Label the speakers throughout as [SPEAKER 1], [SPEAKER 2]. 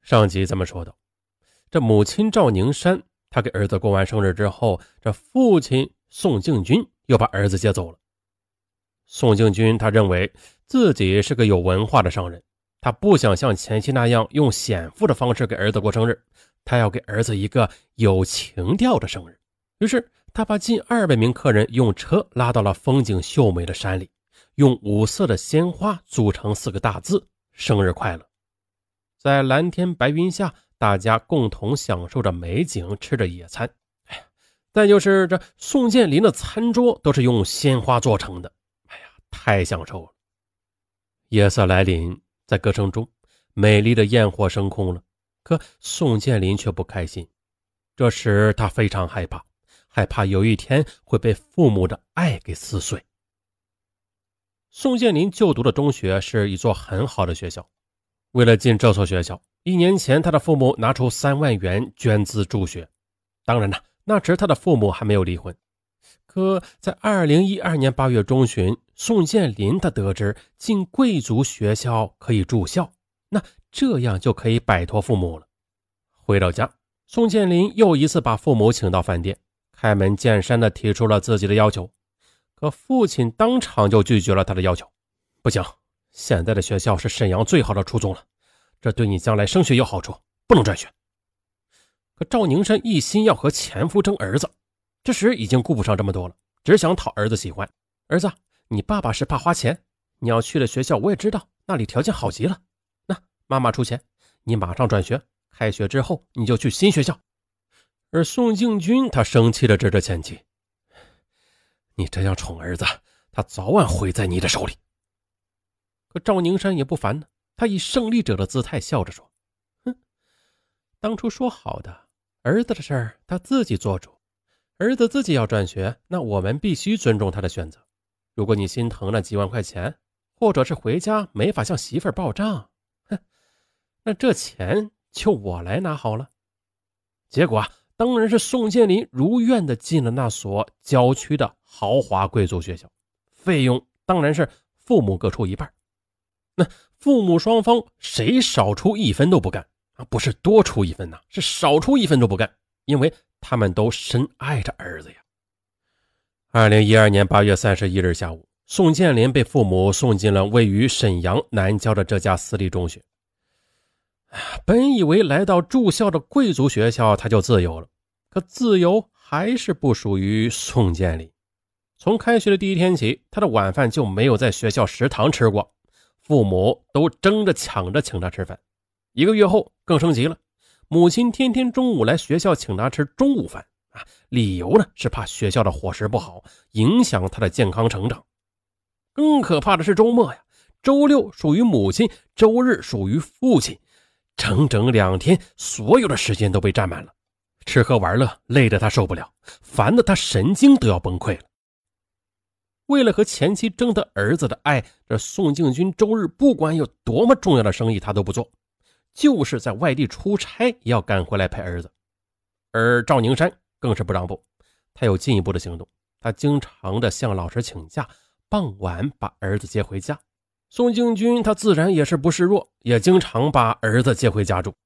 [SPEAKER 1] 上集咱们说到，这母亲赵宁山，她给儿子过完生日之后，这父亲宋敬军又把儿子接走了。宋敬军他认为自己是个有文化的商人，他不想像前妻那样用显富的方式给儿子过生日，他要给儿子一个有情调的生日。于是他把近200名客人用车拉到了风景秀美的山里，用5色的鲜花组成4个大字：生日快乐。在蓝天白云下，大家共同享受着美景，吃着野餐。再就是这宋建林的餐桌都是用鲜花做成的，太享受了。夜色来临，在歌声中，美丽的焰火升空了，可宋建林却不开心。这时他非常害怕，害怕有一天会被父母的爱给撕碎。宋建林就读的中学是一座很好的学校，为了进这所学校，1年前他的父母拿出3万元捐资助学。当然那时他的父母还没有离婚。可在2012年8月中旬，宋建林他得知进贵族学校可以住校，那这样就可以摆脱父母了。回到家，宋建林又一次把父母请到饭店，开门见山地提出了自己的要求。可父亲当场就拒绝了他的要求。不行，现在的学校是沈阳最好的初中了，这对你将来升学有好处，不能转学。可赵宁山一心要和前夫争儿子，这时已经顾不上这么多了，只想讨儿子喜欢。儿子，你爸爸是怕花钱，你要去的学校我也知道，那里条件好极了。那妈妈出钱，你马上转学，开学之后你就去新学校。而宋敬军他生气地指着前妻，你这样宠儿子，他早晚毁在你的手里。可赵宁山也不烦呢，他以胜利者的姿态笑着说，当初说好的，儿子的事儿他自己做主，儿子自己要转学，那我们必须尊重他的选择。如果你心疼那几万块钱，或者是回家没法向媳妇儿报账，那这钱就我来拿好了。结果当然是宋建林如愿的进了那所郊区的豪华贵族学校，费用当然是父母各出一半。那父母双方谁少出1分都不干，不是多出1分呐，是少出1分都不干，因为他们都深爱着儿子呀。2012年8月31日下午，宋建林被父母送进了位于沈阳南郊的这家私立中学。本以为来到住校的贵族学校他就自由了，可自由还是不属于宋建林。从开学的第1天起，他的晚饭就没有在学校食堂吃过，父母都争着抢着请他吃饭。1个月后更升级了，母亲天天中午来学校请他吃中午饭，理由呢是怕学校的伙食不好，影响他的健康成长。更可怕的是周末呀，周六属于母亲，周日属于父亲，整整2天，所有的时间都被占满了。吃喝玩乐累得他受不了，烦得他神经都要崩溃了。为了和前妻争得儿子的爱，这宋敬军周日不管有多么重要的生意他都不做，就是在外地出差也要赶回来陪儿子。而赵宁山更是不让步，他有进一步的行动，他经常的向老师请假，傍晚把儿子接回家。宋敬军他自然也是不示弱，也经常把儿子接回家住。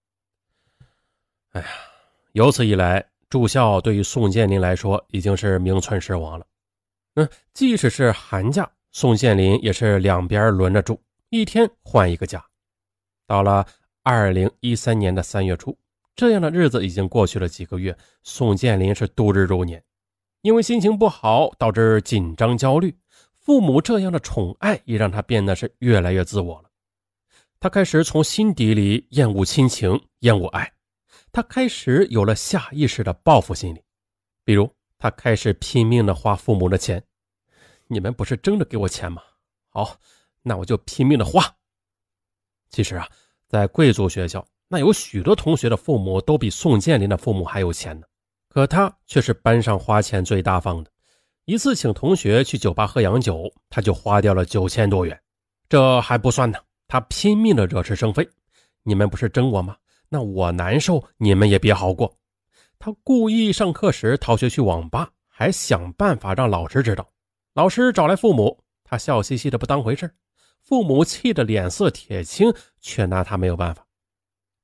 [SPEAKER 1] 由此一来，住校对于宋建林来说已经是名存实亡了。即使是寒假，宋建林也是2边轮着住，1天换1个家。到了2013年的3月初，这样的日子已经过去了几个月，宋建林是度日如年。因为心情不好导致紧张焦虑，父母这样的宠爱也让他变得是越来越自我了。他开始从心底里厌恶亲情，厌恶爱，他开始有了下意识的报复心理。比如他开始拼命的花父母的钱，你们不是争着给我钱吗？好，那我就拼命的花。其实在贵族学校，那有许多同学的父母都比宋建林的父母还有钱呢，可他却是班上花钱最大方的。一次请同学去酒吧喝洋酒，他就花掉了9000多元。这还不算呢，他拼命的惹是生非，你们不是争我吗？那我难受，你们也别好过。他故意上课时逃学去网吧，还想办法让老师知道。老师找来父母，他笑嘻嘻的不当回事，父母气得脸色铁青，却拿他没有办法。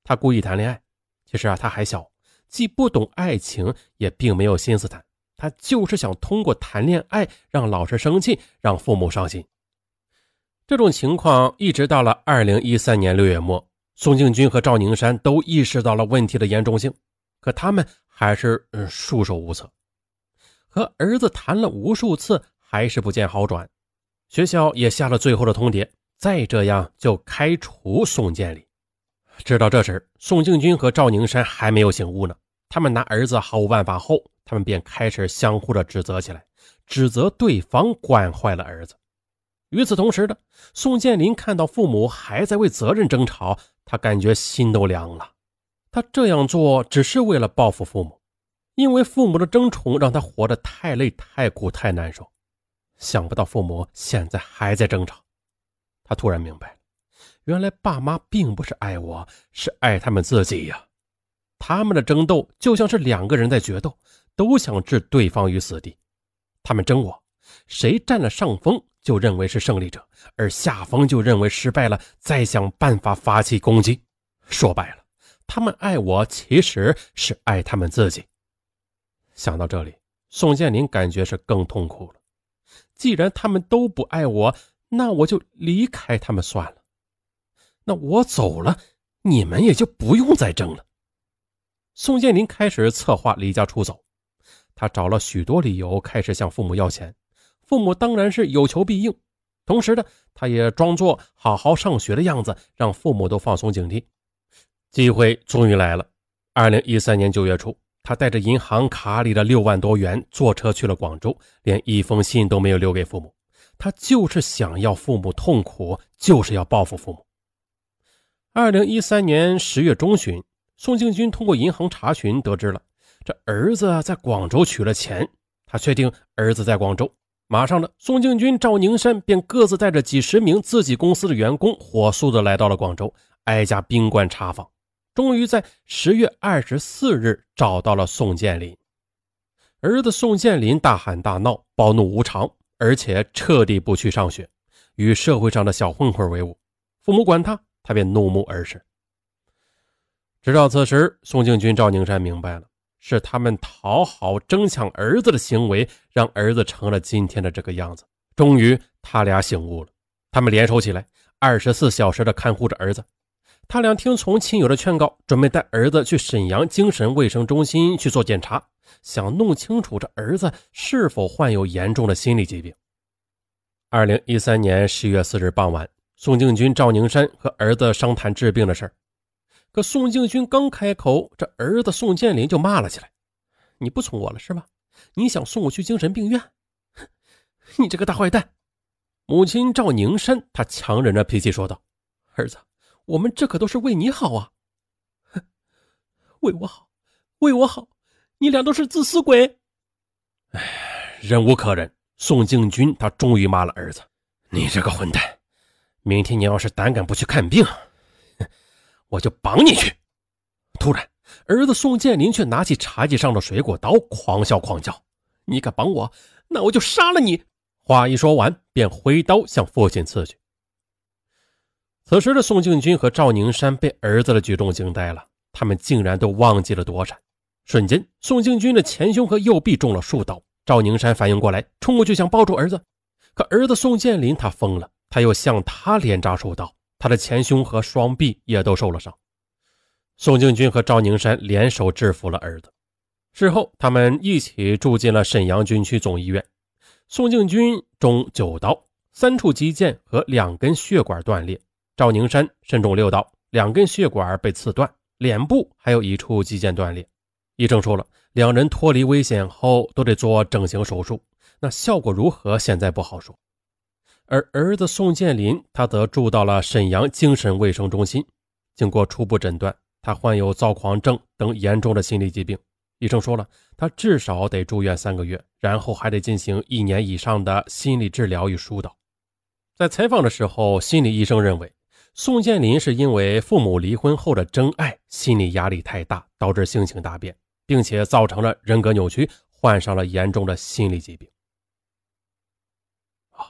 [SPEAKER 1] 他故意谈恋爱。其实他还小，既不懂爱情，也并没有心思谈，他就是想通过谈恋爱让老师生气，让父母伤心。这种情况一直到了2013年6月末，宋庆军和赵宁山都意识到了问题的严重性，可他们还是束手无策。和儿子谈了无数次，还是不见好转。学校也下了最后的通牒，再这样就开除宋建林。知道这时，宋庆军和赵宁山还没有醒悟呢。他们拿儿子毫无办法后，他们便开始相互的指责起来，指责对方惯坏了儿子。与此同时的，宋建林看到父母还在为责任争吵，他感觉心都凉了。他这样做只是为了报复父母，因为父母的争宠让他活得太累、太苦、太难受。想不到父母现在还在争吵，他突然明白了，原来爸妈并不是爱我，是爱他们自己呀。他们的争斗就像是两个人在决斗，都想置对方于死地。他们争我，谁占了上风就认为是胜利者，而下风就认为失败了，再想办法发起攻击。说白了，他们爱我其实是爱他们自己。想到这里，宋建林感觉是更痛苦了。既然他们都不爱我，那我就离开他们算了。那我走了，你们也就不用再争了。宋建林开始策划离家出走，他找了许多理由开始向父母要钱，父母当然是有求必应。同时的，他也装作好好上学的样子，让父母都放松警惕。机会终于来了。2013年9月初，他带着银行卡里的6万多元坐车去了广州，连一封信都没有留给父母。他就是想要父母痛苦，就是要报复父母。2013年10月中旬，宋庆军通过银行查询得知了这儿子在广州取了钱，他确定儿子在广州。马上的，宋庆军、赵宁山便各自带着几十名自己公司的员工火速的来到了广州，挨家宾馆查访，终于在10月24日找到了宋建林。儿子宋建林大喊大闹，暴怒无常，而且彻底不去上学，与社会上的小混混为伍。父母管他，他便怒目而视。直到此时，宋庆军、赵宁山明白了，是他们讨好争抢儿子的行为让儿子成了今天的这个样子。终于他俩醒悟了，他们联手起来24小时的看护着儿子。他俩听从亲友的劝告，准备带儿子去沈阳精神卫生中心去做检查，想弄清楚这儿子是否患有严重的心理疾病。2013年10月4日傍晚，宋庆军、赵宁山和儿子商谈治病的事儿。可宋庆军刚开口，这儿子宋建林就骂了起来：“你不从我了是吧？你想送我去精神病院？你这个大坏蛋！”母亲赵宁山她强忍着脾气说道：“儿子，我们这可都是为你好啊！为我好，为我好，你俩都是自私鬼！”忍无可忍，宋庆军他终于骂了儿子：“你这个混蛋，明天你要是胆敢不去看病，我就绑你去！”突然，儿子宋建林却拿起茶几上的水果刀，狂笑狂叫：“你敢绑我，那我就杀了你！”话一说完，便挥刀向父亲刺去。此时的宋庆军和赵宁山被儿子的举动惊呆了，他们竟然都忘记了躲闪。瞬间，宋庆军的前胸和右臂中了数刀。赵宁山反应过来，冲过去想抱住儿子，可儿子宋建林他疯了，他又向他连扎数刀，他的前胸和双臂也都受了伤。宋庆军和赵宁山联手制服了儿子。事后，他们一起住进了沈阳军区总医院。宋庆军中9刀，3处肌腱和2根血管断裂；赵宁山身中6刀，2根血管被刺断，脸部还有1处肌腱断裂。医生说了，2人脱离危险后都得做整形手术，那效果如何现在不好说。而儿子宋建林他则住到了沈阳精神卫生中心，经过初步诊断，他患有躁狂症等严重的心理疾病。医生说了，他至少得住院3个月，然后还得进行1年以上的心理治疗与疏导。在采访的时候，心理医生认为宋建林是因为父母离婚后的真爱，心理压力太大，导致性情大变，并且造成了人格扭曲，患上了严重的心理疾病。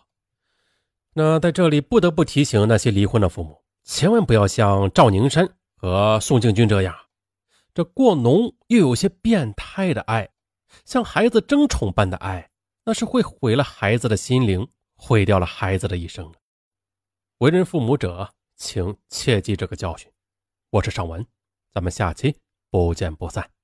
[SPEAKER 1] 那在这里不得不提醒那些离婚的父母，千万不要像赵宁山和宋敬军这样，这过浓又有些变态的爱，像孩子争宠般的爱，那是会毁了孩子的心灵，毁掉了孩子的一生。为人父母者，请切记这个教训。我是尚文，咱们下期不见不散。